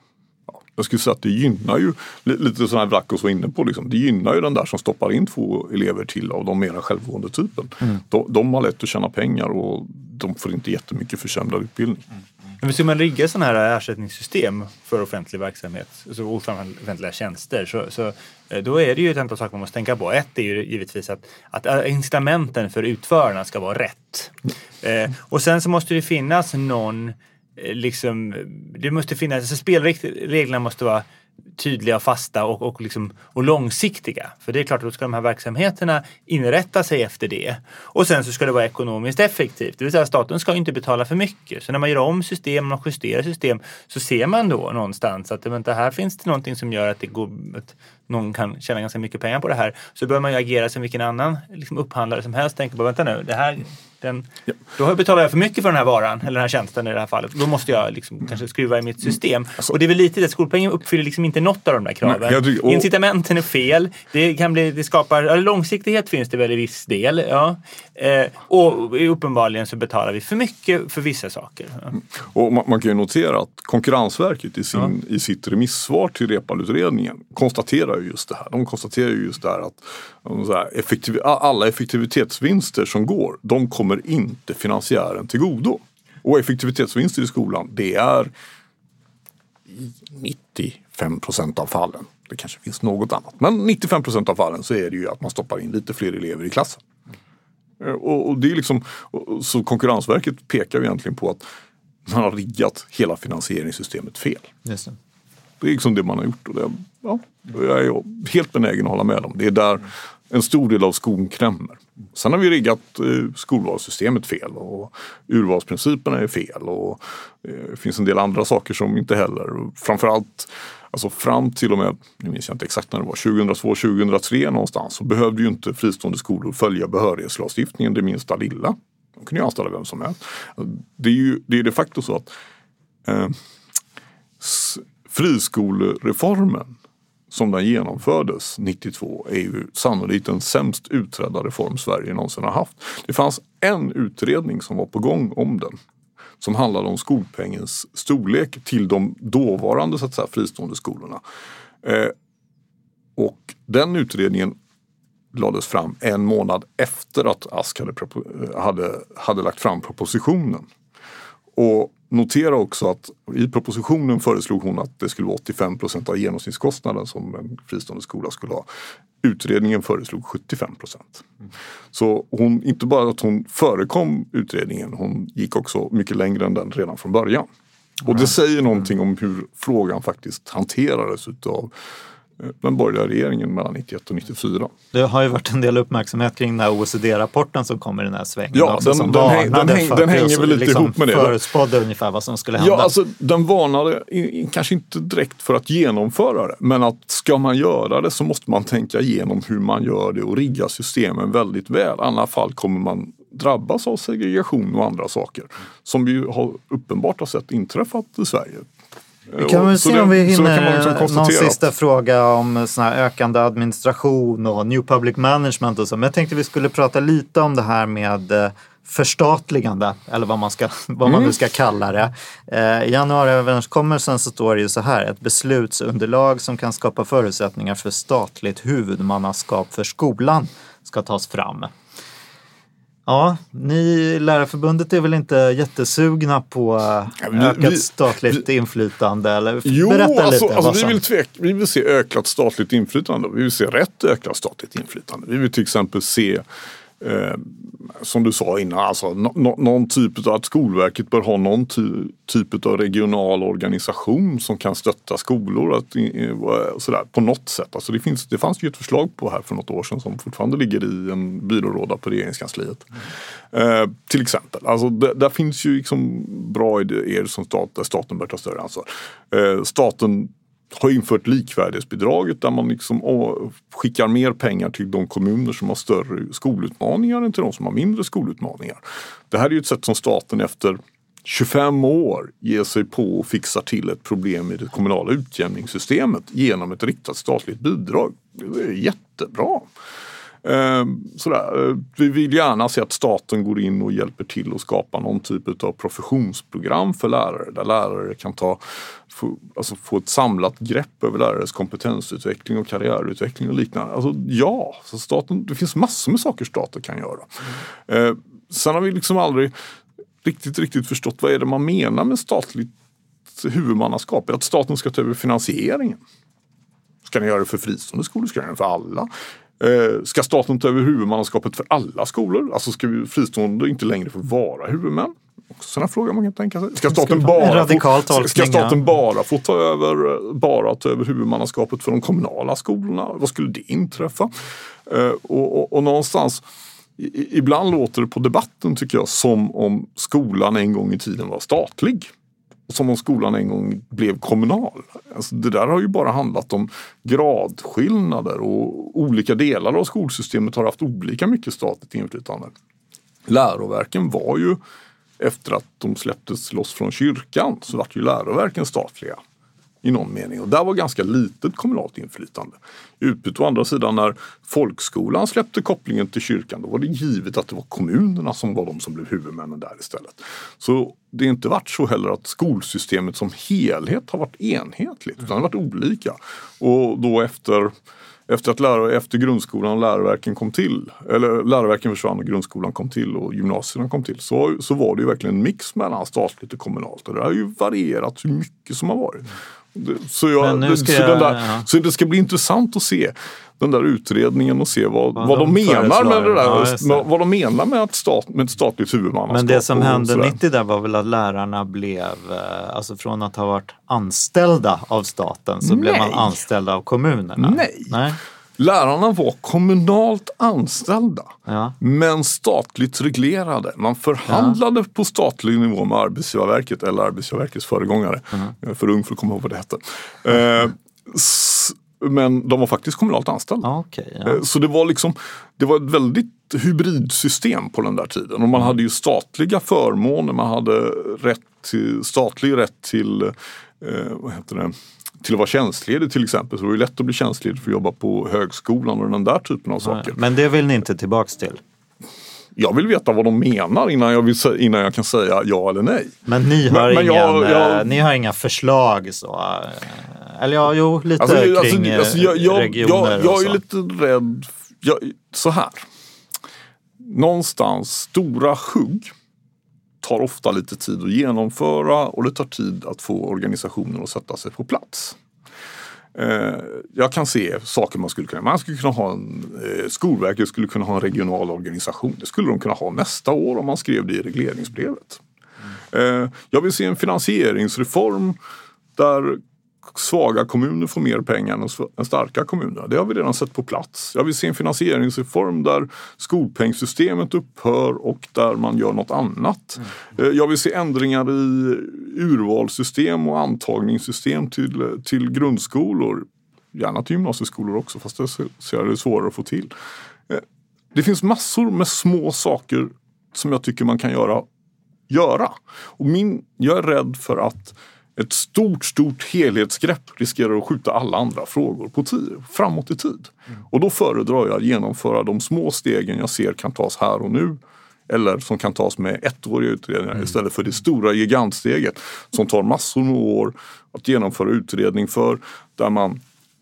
Jag skulle säga att det gynnar ju, lite sådana här Vrackos var inne på, liksom, det gynnar ju den där som stoppar in två elever till av de mera självgående typen. Mm. De, de har lätt att tjäna pengar och de får inte jättemycket försämrad utbildning. Mm. Men ska man rigga sådana här ersättningssystem för offentlig verksamhet, alltså offentliga tjänster, så, så då är det ju ett antal saker man måste tänka på. Ett är ju givetvis att, att incitamenten för utförarna ska vara rätt. Mm. Eh, och sen så måste det finnas någon liksom, det måste finnas, alltså spelreglerna måste vara tydliga och fasta och, och, liksom, och långsiktiga. För det är klart att då ska de här verksamheterna inrätta sig efter det. Och sen så ska det vara ekonomiskt effektivt. Det vill säga att staten ska inte betala för mycket. Så när man gör om system och justerar system så ser man då någonstans att vänta, här finns det någonting som gör att, det går, att någon kan tjäna ganska mycket pengar på det här. Så bör man ju agera som vilken annan liksom, upphandlare som helst. Tänker på, vänta nu, det här... Den, ja. Då har jag betalat för mycket för den här varan eller den här tjänsten i det här fallet. Då måste jag liksom mm. kanske skruva i mitt system. Mm. Alltså, och det är väl lite det, skolpengen uppfyller liksom inte något av de där kraven. Nej, tycker, och, incitamenten är fel. Det kan bli, det skapar, ja, långsiktighet finns det väl i viss del. Ja. Eh, och uppenbarligen så betalar vi för mycket för vissa saker. Ja. Och man, man kan ju notera att Konkurrensverket i, sin, ja. i sitt remissvar till Reepaluutredningen konstaterar ju just det här. De konstaterar ju just det här att så här, effektiv, alla effektivitetsvinster som går, de kommer inte finansiären till godo. Och effektivitetsvinster i skolan, det är i nittiofem procent av fallen. Det kanske finns något annat. Men nittiofem procent av fallen så är det ju att man stoppar in lite fler elever i klassen. Och, och det är liksom, och, så Konkurrensverket pekar ju egentligen på att man har riggat hela finansieringssystemet fel. Just det. Det är liksom det man har gjort och det, ja, jag är helt benägen att hålla med om. Det är där en stor del av skon krämmer. Sen har vi riggat eh, skolvalssystemet fel och urvalsprinciperna är fel och eh, det finns en del andra saker som inte heller. Framförallt alltså fram till och med, nu minns jag inte exakt när det var, tjugohundratvå tjugohundratre någonstans så behövde ju inte fristående skolor följa behörighetslagstiftningen det minsta lilla. De kunde ju anställa vem som helst. Det är ju det är de facto så att eh, friskolereformen som den genomfördes nittiotvå är ju sannolikt den sämst utredda reform Sverige någonsin har haft. Det fanns en utredning som var på gång om den. Som handlade om skolpengens storlek till de dåvarande så att säga, fristående skolorna. Eh, och den utredningen lades fram en månad efter att Ask hade, hade, hade lagt fram propositionen. Och notera också att i propositionen föreslog hon att det skulle vara åttiofem procent av genomsnittskostnaden som en fristående skola skulle ha. Utredningen föreslog sjuttiofem procent. Mm. Så hon, inte bara att hon förekom utredningen, hon gick också mycket längre än den redan från början. Och det säger någonting om hur frågan faktiskt hanterades utav den borgerliga regeringen mellan nittioett och nittiofyra. Det har ju varit en del uppmärksamhet kring den här O E C D-rapporten som kommer i den här svängen. Ja, också, den, som den, häng, den, häng, den hänger väl lite liksom ihop med det. Förutspådde ungefär vad som skulle hända. Ja, alltså den varnade kanske inte direkt för att genomföra det. Men att ska man göra det så måste man tänka igenom hur man gör det och rigga systemen väldigt väl. I alla fall kommer man drabbas av segregation och andra saker. Som vi har uppenbart har sett inträffat i Sverige. Vi kan väl se det, om vi hinner liksom någon sista fråga om sån här ökande administration och new public management och så. Men jag tänkte vi skulle prata lite om det här med förstatligande, eller vad man, ska, vad man nu ska kalla det. I januariöverenskommelsen så står det ju så här: ett beslutsunderlag som kan skapa förutsättningar för statligt huvudmannaskap för skolan ska tas fram. Ja, ni Lärarförbundet är väl inte jättesugna på ökat vi, statligt vi, inflytande? Eller? Jo, berätta alltså, lite. Alltså, vi, vill tvek, vi vill se ökat statligt inflytande. Vi vill se rätt ökat statligt inflytande. Vi vill till exempel se, eh, som du sa innan, alltså, no, någon typ av att Skolverket bör ha någon ty, typ av regional organisation som kan stötta skolor att, sådär, på något sätt. Alltså, det, finns, det fanns ju ett förslag på här för något år sedan som fortfarande ligger i en byrålåda på regeringskansliet. Mm. Eh, till exempel. Alltså, det, där finns ju liksom bra idéer som stat, där staten bör ta större ansvar. Eh, staten har infört likvärdighetsbidraget där man liksom å, skickar mer pengar till de kommuner som har större skolutmaningar än till de som har mindre skolutmaningar. Det här är ju ett sätt som staten efter tjugofem år ger sig på och fixar till ett problem i det kommunala utjämningssystemet genom ett riktat statligt bidrag. Det är jättebra. Sådär. Vi vill gärna se att staten går in och hjälper till att skapa någon typ av professionsprogram för lärare där lärare kan ta, få, alltså få ett samlat grepp över lärares kompetensutveckling och karriärutveckling och liknande. Alltså, ja, så staten, det finns massor med saker staten kan göra. Mm. Eh, sen har vi liksom aldrig riktigt, riktigt förstått vad är det man menar med statligt huvudmannaskap. Att staten ska ta över finansieringen. Ska den göra det för fristående skolor? Ska den göra det för alla? Eh, ska staten ta över huvudmannaskapet för alla skolor? Alltså ska vi fristående inte längre få vara huvudmän? Sådana frågor man kan tänka sig. Ska staten, bara få, ska staten bara få ta över, bara ta över huvudmannaskapet för de kommunala skolorna? Vad skulle det inträffa? Eh, och, och, och någonstans, i, ibland låter det på debatten tycker jag som om skolan en gång i tiden var statlig. Som om skolan en gång blev kommunal. Alltså det där har ju bara handlat om gradskillnader och olika delar av skolsystemet har haft olika mycket statligt inflytande. Läroverken var ju, efter att de släpptes loss från kyrkan, så var ju läroverken statliga i någon mening. Och där var ganska litet kommunalt inflytande. Utbyte å andra sidan när folkskolan släppte kopplingen till kyrkan, då var det givet att det var kommunerna som var de som blev huvudmännen där istället. Så det har inte varit så heller att skolsystemet som helhet har varit enhetligt, utan det har varit olika. Och då efter, efter att lärare, efter grundskolan och läroverken kom till, eller läroverken försvann och grundskolan kom till och gymnasierna kom till, så, så var det ju verkligen en mix mellan statligt och kommunalt. Och det har ju varierat hur mycket som har varit. Så, jag, jag, så, den där, ja. så det ska bli intressant att se den där utredningen och se vad, vad, vad de, de menar med det där, ja, det. vad de menar med ett, stat, med ett statligt huvudmannaskap. Men det som hände nittio där var väl att lärarna blev, alltså från att ha varit anställda av staten så Nej. blev man anställda av kommunerna. Nej. Nej. Lärarna var kommunalt anställda, Ja. men statligt reglerade. Man förhandlade ja. på statlig nivå med Arbetsgivarverket eller Arbetsgivarverkets föregångare. Mm. Jag är för ung för att komma ihåg vad det hette. Mm. Eh, s- men de var faktiskt kommunalt anställda. Ah, okay, ja. eh, så det var liksom, det var ett väldigt hybridsystem på den där tiden. Och man hade ju statliga förmåner, man hade rätt till, statlig rätt till, eh, vad heter det? till att vara tjänstledig till exempel. Så det var ju lätt att bli tjänstledig för att jobba på högskolan och den där typen av saker. Men det vill ni inte tillbaks till? Jag vill veta vad de menar innan jag, vill, innan jag kan säga ja eller nej. Men ni har, men, men ingen, jag, jag, ni har inga förslag så? Eller ja, jo, lite alltså, kring alltså, alltså, jag, jag, regioner jag, jag och så. är lite rädd. Jag, så här. Någonstans stora hugg tar ofta lite tid att genomföra och det tar tid att få organisationen att sätta sig på plats. Eh, jag kan se saker man skulle kunna, man skulle kunna ha en, eh, Skolverket skulle kunna ha en regional organisation. Det skulle de kunna ha nästa år om man skrev det i regleringsbrevet. Eh, jag vill se en finansieringsreform där svaga kommuner får mer pengar än starka kommuner. Det har vi redan sett på plats. Jag vill se en finansieringsreform där skolpengssystemet upphör och där man gör något annat. Mm. Jag vill se ändringar i urvalssystem och antagningssystem till, till grundskolor. Gärna till gymnasieskolor också, fast det ser det svårare att få till. Det finns massor med små saker som jag tycker man kan göra. göra. Och min, jag är rädd för att ett stort, stort helhetsgrepp riskerar att skjuta alla andra frågor på tid, framåt i tid. Mm. Och då föredrar jag att genomföra de små stegen jag ser kan tas här och nu. Eller som kan tas med ettåriga utredningar mm. istället för det stora gigantsteget som tar massor med år att genomföra utredning för. Där man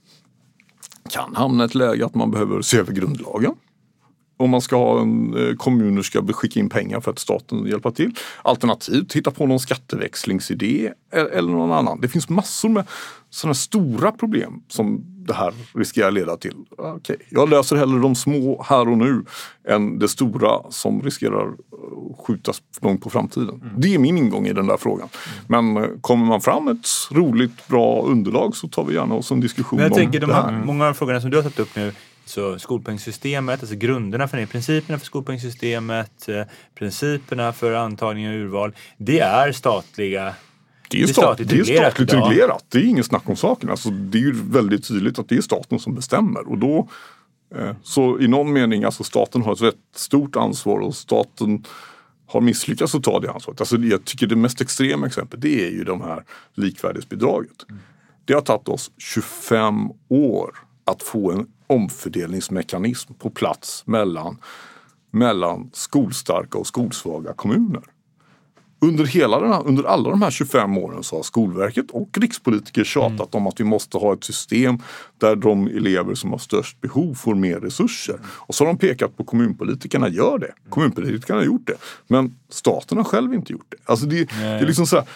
kan hamna i ett läge att man behöver se över grundlagen. Om man ska ha en eh, kommuner ska skicka in pengar för att staten hjälpa till. Alternativt hitta på någon skatteväxlingsidé eller, eller någon annan. Det finns massor med sådana stora problem som det här riskerar leda till. Okay. Jag löser hellre de små här och nu än det stora som riskerar skjutas långt på framtiden. Mm. Det är min ingång i den där frågan. Mm. Men kommer man fram ett roligt, bra underlag så tar vi gärna oss en diskussion Men jag om tänker, det de här. här, många av frågorna som du har tagit upp nu, så skolpengssystemet, alltså grunderna för det, principerna för skolpengssystemet, principerna för antagning och urval, det är statliga. Det är ju statligt, det är statligt, statligt reglerat. Det är ingen snack om saken. Alltså, det är ju väldigt tydligt att det är staten som bestämmer. Och då, eh, så i någon mening, alltså staten har ett rätt stort ansvar och staten har misslyckats att ta det ansvaret. Alltså, jag tycker det mest extrema exemplet, det är ju de här likvärdighetsbidraget. Mm. Det har tagit oss tjugofem år att få en omfördelningsmekanism på plats mellan, mellan skolstarka och skolsvaga kommuner. Under, hela den här, under alla de här tjugofem åren så har Skolverket och rikspolitiker tjatat mm. om att vi måste ha ett system där de elever som har störst behov får mer resurser. Och så har de pekat på kommunpolitikerna gör det. Kommunpolitikerna har gjort det. Men staten har själv inte gjort det. Alltså det, det är liksom så här.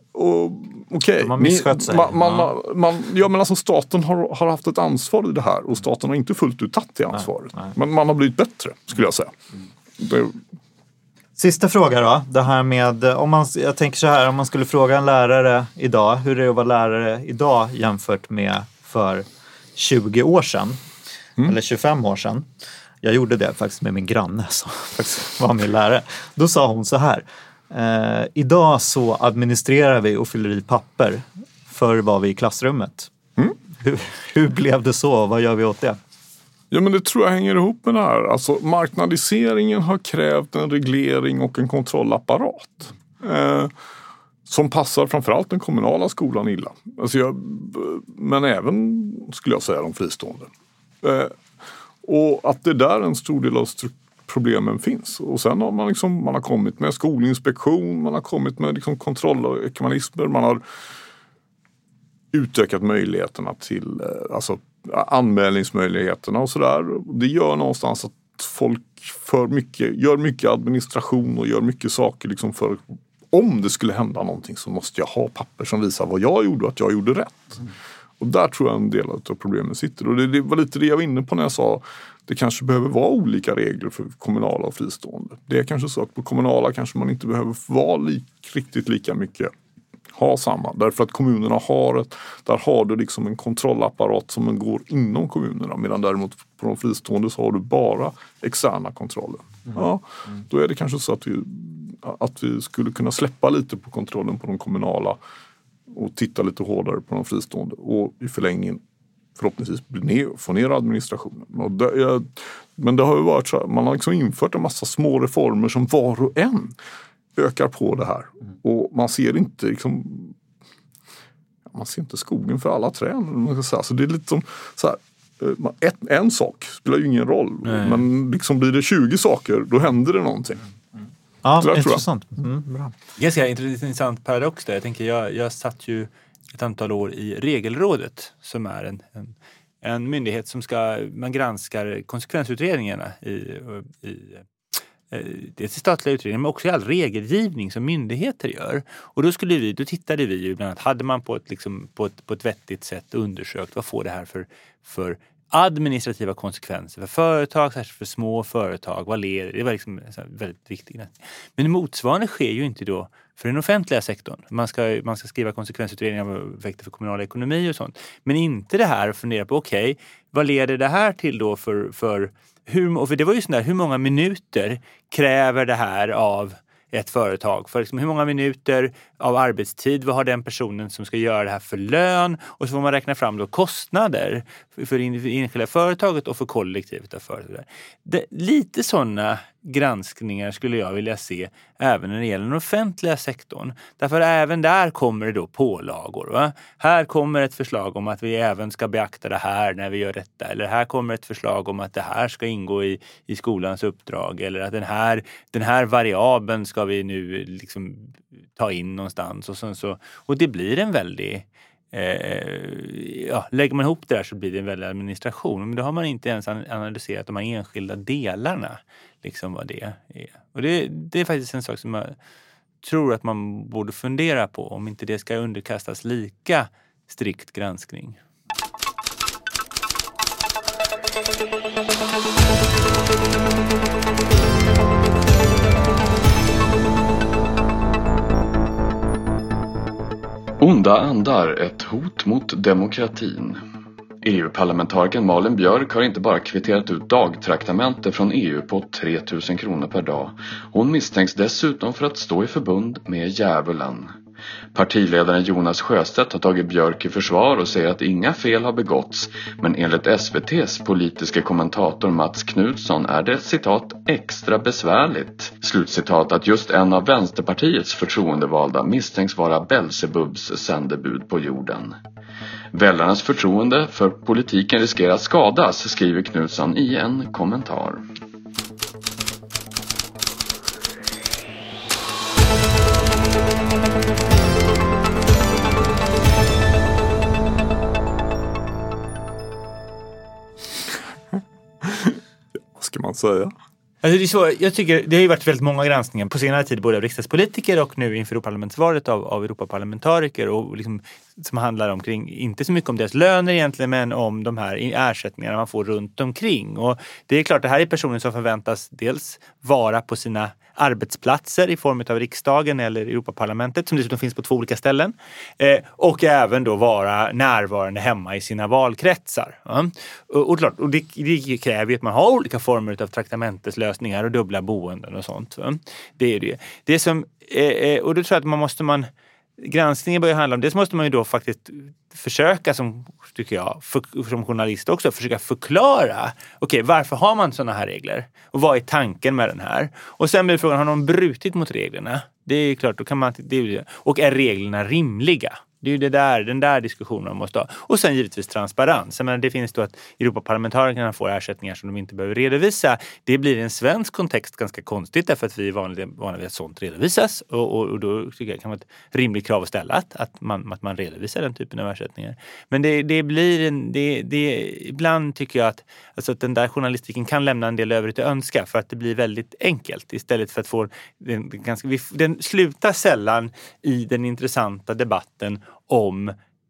Okej, man misskött sig. Man, man, ja. Man, ja, men alltså staten har, har haft ett ansvar i det här och staten har inte fullt ut tagit det ansvaret. Nej, nej. Men man har blivit bättre, skulle jag säga. Mm. Det, Sista fråga då, det här med, om man, jag tänker så här, om man skulle fråga en lärare idag, hur är det att vara lärare idag jämfört med för tjugo år sedan, mm. eller tjugofem år sedan. Jag gjorde det faktiskt med min granne som faktiskt var min lärare. Då sa hon så här, eh, idag så administrerar vi och fyller i papper, förr var vi i klassrummet. Mm. Hur, hur blev det så? Vad gör vi åt det? Ja, men det tror jag hänger ihop med det här. Alltså, marknadiseringen har krävt en reglering och en kontrollapparat. Eh, som passar framförallt den kommunala skolan illa. Alltså jag, men även, skulle jag säga, de fristående. Eh, och att det där en stor del av problemen finns. Och sen har man, liksom, man har kommit med skolinspektion, man har kommit med liksom kontrollmekanismer, man har utökat möjligheterna till alltså, anmälningsmöjligheterna och sådär. Det gör någonstans att folk för mycket, gör mycket administration och gör mycket saker liksom för om det skulle hända någonting så måste jag ha papper som visar vad jag gjorde och att jag gjorde rätt. Mm. Och där tror jag en del av problemet sitter. Och det, det var lite det jag var inne på när jag sa det kanske behöver vara olika regler för kommunala och fristående. Det är kanske så att på kommunala kanske man inte behöver vara lik, riktigt lika mycket ha samma. Därför att kommunerna har ett, där har du liksom en kontrollapparat som går inom kommunerna. Medan däremot på de fristående så har du bara externa kontroller. Mm. Ja, då är det kanske så att vi, att vi skulle kunna släppa lite på kontrollen på de kommunala och titta lite hårdare på de fristående. Och i förlängningen förhoppningsvis bli ner, få ner administrationen. Och det är, men det har ju varit så här, man har liksom infört en massa små reformer som var och en ökar på det här. Mm. Och man ser inte liksom, man ser inte skogen för alla träd. Man ska säga. Så det är lite som så här, ett, en sak spelar ju ingen roll. Nej. Men liksom blir det tjugo saker, då händer det någonting. Mm. Ja, det intressant. Mm, bra. Ganska intressant paradox där. Jag tänker, jag, jag satt ju ett antal år i Regelrådet som är en, en, en myndighet som ska, man granskar konsekvensutredningarna i, i det är statliga utredningar men också i all regelgivning som myndigheter gör. Och då skulle vi, då tittade vi ju bland annat, hade man på ett, liksom, på ett, på ett vettigt sätt undersökt vad får det här för, för administrativa konsekvenser för företag, särskilt för små företag, vad leder, det var liksom väldigt viktigt. Men motsvarande sker ju inte då för den offentliga sektorn. Man ska, man ska skriva konsekvensutredningar av effekter för kommunal ekonomi och sånt. Men inte det här att fundera på, okej, okay, vad leder det här till då för, för hur, för det var ju sån där, hur många minuter kräver det här av ett företag? För liksom, hur många minuter av arbetstid, vad har den personen som ska göra det här för lön? Och så får man räkna fram då kostnader för det enskilda företaget och för kollektivet av företaget. Det, lite sådana granskningar skulle jag vilja se även när det gäller den offentliga sektorn. Därför även där kommer det då pålagor. Va? Här kommer ett förslag om att vi även ska beakta det här när vi gör detta. Eller här kommer ett förslag om att det här ska ingå i, i skolans uppdrag. Eller att den här, den här variabeln ska vi nu liksom ta in någonstans. Och, sen så, och det blir en väldig... Eh, ja, lägger man ihop det där så blir det en väldig administration. Men då har man inte ens analyserat de här enskilda delarna. Liksom vad det är. Och det, det är faktiskt en sak som jag tror att man borde fundera på. Om inte det ska underkastas lika strikt granskning. Onda andar, ett hot mot demokratin. E U-parlamentarikern Malin Björk har inte bara kvitterat ut dagtraktamente från E U på tre tusen kronor per dag. Hon misstänks dessutom för att stå i förbund med djävulen. Partiledaren Jonas Sjöstedt har tagit Björk i försvar och säger att inga fel har begåtts. Men enligt S V T:s politiska kommentator Mats Knutsson är det, citat, extra besvärligt, slutcitat, att just en av Vänsterpartiets förtroendevalda misstänks vara Belzebubs sändebud på jorden. Väljarnas förtroende för politiken riskerar att skadas, skriver Knutsson i en kommentar. Vad ska man säga? Alltså det är så, jag tycker det har ju varit väldigt många granskningar på senare tid både av riksdagspolitiker och nu inför Europaparlamentsvalet av, av Europaparlamentariker och liksom, som handlar om kring, inte så mycket om deras löner egentligen men om de här ersättningarna man får runt omkring. Och det är klart, det här är personer som förväntas dels vara på sina arbetsplatser i form av riksdagen eller Europaparlamentet som dessutom finns på två olika ställen eh, och även då vara närvarande hemma i sina valkretsar. Ja. Och, och, klart, och det, det kräver ju att man har olika former av traktamentslösningar och dubbla boenden och sånt. Ja. Det är det. Det som, eh, och då tror jag att man måste man granskningen börjar handla om, det måste man ju då faktiskt försöka som, tycker jag, för, som journalist också, försöka förklara, okej, okay, varför har man sådana här regler? Och vad är tanken med den här? Och sen blir frågan, har någon brutit mot reglerna? Det är klart, då kan man, det är det. Och är reglerna rimliga? Det är ju det där, den där diskussionen man måste ha. Och sen givetvis transparens. Jag menar, det finns då att Europaparlamentarikerna får ersättningar som de inte behöver redovisa. Det blir i en svensk kontext ganska konstigt därför att vi är vanliga, vanliga att sånt redovisas. Och, och, och då tycker jag det kan vara ett rimligt krav att ställa att, att, man, att man redovisar den typen av ersättningar. Men det, det blir en, det, det, ibland tycker jag att, alltså att den där journalistiken kan lämna en del övrigt att önska för att det blir väldigt enkelt istället för att få den, ganska, den slutar sällan i den intressanta debatten om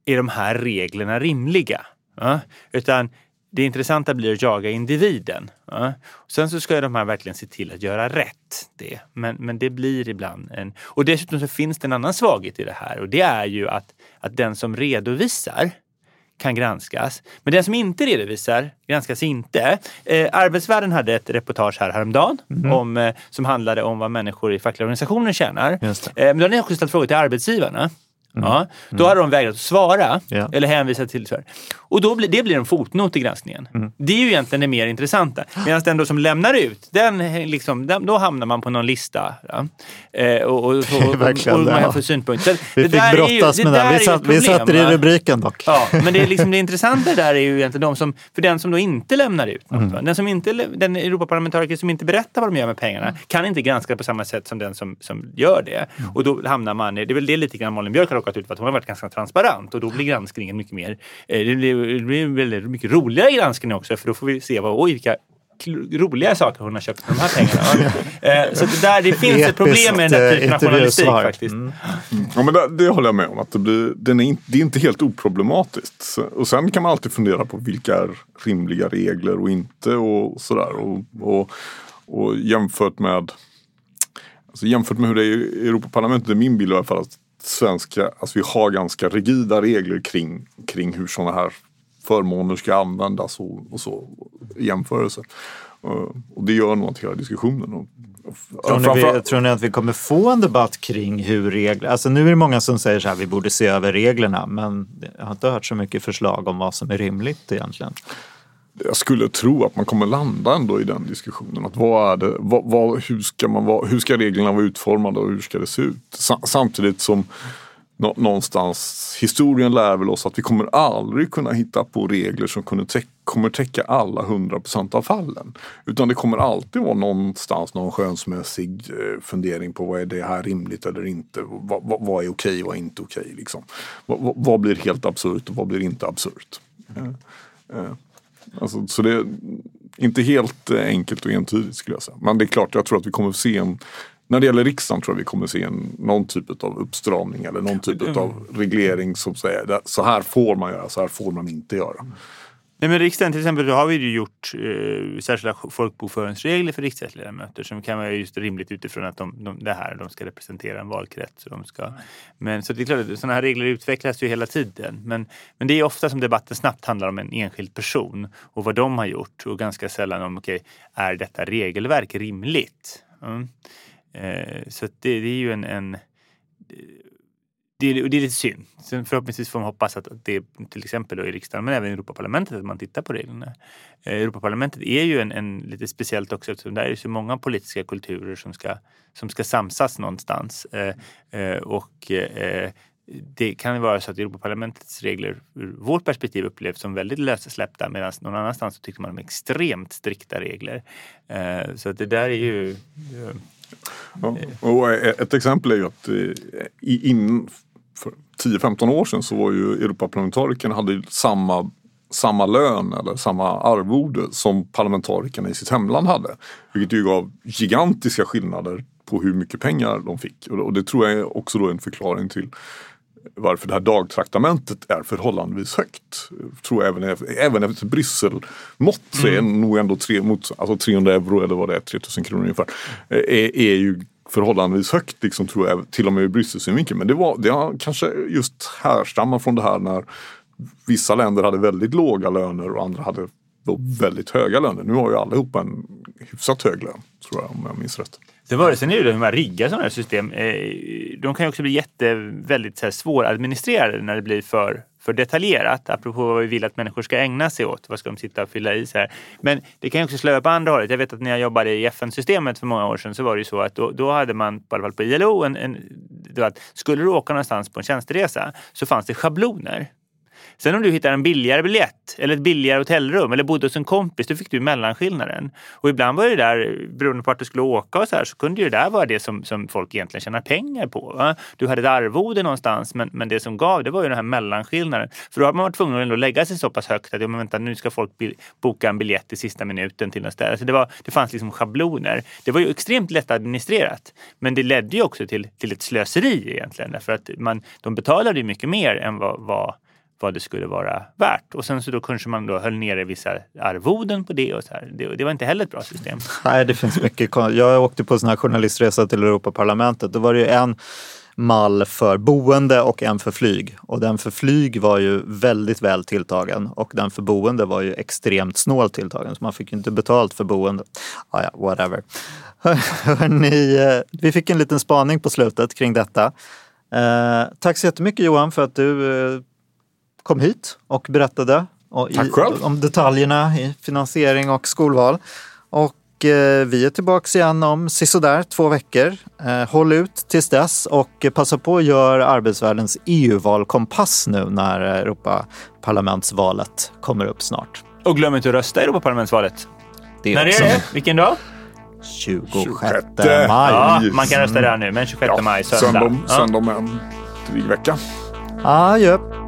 är de här reglerna rimliga? Ja? Utan det intressanta blir att jaga individen. Ja? Och sen så ska de här verkligen se till att göra rätt det. Men, men det blir ibland en... Och dessutom så finns det en annan svaghet i det här. Och det är ju att, att den som redovisar kan granskas. Men den som inte redovisar granskas inte. Eh, Arbetsvärlden hade ett reportage här häromdagen mm. om, eh, som handlade om vad människor i fackliga organisationer tjänar. Eh, men då har ni också ställt frågor till arbetsgivarna. Mm. Ja, då mm. hade de vägrat att svara yeah. eller hänvisa till så här. Och då blir, det blir en fotnot i granskningen. Mm. Det är ju egentligen det mer intressanta. Medan den då som lämnar ut, den, liksom, den, då hamnar man på någon lista. Ja. Eh, och, och, och, och, och, och man får synpunkter. Vi fick brottas med den. Vi satt, vi satt i rubriken dock. Ja, men det, är liksom, det intressanta där är ju egentligen de som, för den som då inte lämnar ut något. Mm. Den, som inte, den Europaparlamentariker som inte berättar vad de gör med pengarna mm. kan inte granska på samma sätt som den som, som gör det. Mm. Och då hamnar man, det är väl det lite grann Malin Björk har råkat ut för att hon har varit ganska transparent och då blir granskningen mycket mer, det blir, det blir väldigt mycket roligare granskning också för då får vi se vad, oj vilka roliga saker hon har köpt för de här pengarna. eh, så det, där, det finns ett problem med den här typen av journalistik faktiskt. Mm. Mm. Ja, men det, det håller jag med om. Att det, blir, den är inte, det är inte helt oproblematiskt. Och sen kan man alltid fundera på vilka är rimliga regler och inte och sådär. Och, och, och jämfört med alltså jämfört med hur det är i Europaparlamentet, är min bild i alla fall att svenska, alltså vi har ganska rigida regler kring, kring hur sådana här förmåner ska användas och, och så i jämförelse. Och, och det gör nog att hela diskussionen. Och, och, tror, ni framför... vi, tror ni att vi kommer få en debatt kring hur regler... Alltså nu är det många som säger så här, vi borde se över reglerna, men jag har inte hört så mycket förslag om vad som är rimligt egentligen. Jag skulle tro att man kommer landa ändå i den diskussionen. Att vad är det, vad, vad, hur, ska man vara, hur ska reglerna vara utformade och hur ska det se ut? Samtidigt som nå, någonstans historien lär väl oss att vi kommer aldrig kunna hitta på regler som kommer, täck, kommer täcka alla hundra procent av fallen. Utan det kommer alltid vara någonstans någon skönsmässig fundering på vad är det här rimligt eller inte. Vad, vad, vad är okej och vad är inte okej liksom. Vad, vad, vad blir helt absurt och vad blir inte absurt? Mm. Mm. Alltså, så det är inte helt enkelt och entydigt skulle jag säga. Men det är klart, jag tror att vi kommer att se en, när det gäller riksdagen tror jag vi kommer att se en, någon typ av uppstramning eller någon typ av reglering som säger så här får man göra, så här får man inte göra. Nej, men riksdagen till exempel, då har vi ju gjort eh, särskilda folkbokföringsregler för riksdagsledamöter som kan vara just rimligt utifrån att de, de, det här, de ska representera en valkrets. Och de ska, men så det är klart att sådana här regler utvecklas ju hela tiden. Men, men det är ofta som debatten snabbt handlar om en enskild person och vad de har gjort och ganska sällan om, okej, okay, är detta regelverk rimligt? Mm. Eh, så det, det är ju en... en Det är, det är lite synd. Sen förhoppningsvis får man hoppas att det till exempel då i riksdagen men även i Europaparlamentet att man tittar på reglerna. Eh, Europaparlamentet är ju en, en lite speciellt också eftersom där är så många politiska kulturer som ska, som ska samsas någonstans. Eh, eh, och eh, det kan ju vara så att Europaparlamentets regler ur vårt perspektiv upplevs som väldigt lössläppta medan någon annanstans så tycker man de är extremt strikta regler. Eh, så att det där är ju... Eh, ja, och ett exempel är ju att i, in, för tio femton år sedan så var ju Europaparlamentarikerna hade samma, samma lön eller samma arvode som parlamentarikerna i sitt hemland hade. Vilket ju gav gigantiska skillnader på hur mycket pengar de fick. Och det tror jag också då är en förklaring till varför det här dagtraktamentet är förhållandevis högt. Jag tror även, även efter Bryssel-mått så är mm. nog ändå tre, mot, alltså trehundra euro eller vad det är, tre tusen kronor ungefär, är, är ju förhållandevis högt liksom, tror jag, till och med i Bryssel-synvinkeln. Men det, var, det har kanske just härstammar från det här när vissa länder hade väldigt låga löner och andra hade väldigt höga löner. Nu har ju allihopa en hyfsat hög lön, tror jag, om jag minns rätt. Det var det. Sen är det hur man riggar sådana här system. De kan ju också bli jätte, väldigt så här, svåradministrerade när det blir för, för detaljerat. Apropå vad vi vill att människor ska ägna sig åt. Vad ska de sitta och fylla i så här. Men det kan ju också slå på andra hållet. Jag vet att när jag jobbade i F N-systemet för många år sedan så var det ju så att då, då hade man, i alla fall på I L O, en, en, då att skulle du åka någonstans på en tjänsteresa så fanns det schabloner. Sen om du hittar en billigare biljett eller ett billigare hotellrum eller bodde hos en kompis, då fick du mellanskillnaden. Och ibland var det där, beroende på att du skulle åka och så här, så kunde ju det där vara det som, som folk egentligen tjänar pengar på. Va? Du hade ett arvode någonstans, men, men det som gav, det var ju den här mellanskillnaden. För då har man varit tvungen att lägga sig så pass högt att ja, men vänta, nu ska folk boka en biljett i sista minuten till något ställe. Så det, var, det fanns liksom schabloner. Det var ju extremt lätt administrerat, men det ledde ju också till, till ett slöseri egentligen. Därför att man, de betalade ju mycket mer än vad, vad vad det skulle vara värt. Och sen så då kanske man då höll nere vissa arvoden på det och så här. Det, det var inte heller ett bra system. Nej, det finns mycket. Jag åkte på sån här journalistresa till Europaparlamentet. Då var det ju en mall för boende och en för flyg. Och den för flyg var ju väldigt väl tilltagen. Och den för boende var ju extremt snålt tilltagen. Så man fick ju inte betalt för boende. Ah, ja, whatever. Hörrni, vi fick en liten spaning på slutet kring detta. Eh, tack så jättemycket Johan för att du eh, kom hit och berättade och i, om detaljerna i finansiering och skolval. Och eh, vi är tillbaka igen om sisådär två veckor. Eh, håll ut tills dess och passa på att göra Arbetsvärldens E U-valkompass nu när Europaparlamentsvalet kommer upp snart. Och glöm inte att rösta i Europaparlamentsvalet. Det är när också är det? Vilken dag? tjugosjätte maj. Ja, man kan rösta där nu, men tjugosjätte maj, söndag. Söndag, söndag med en dryg vecka. Adjö.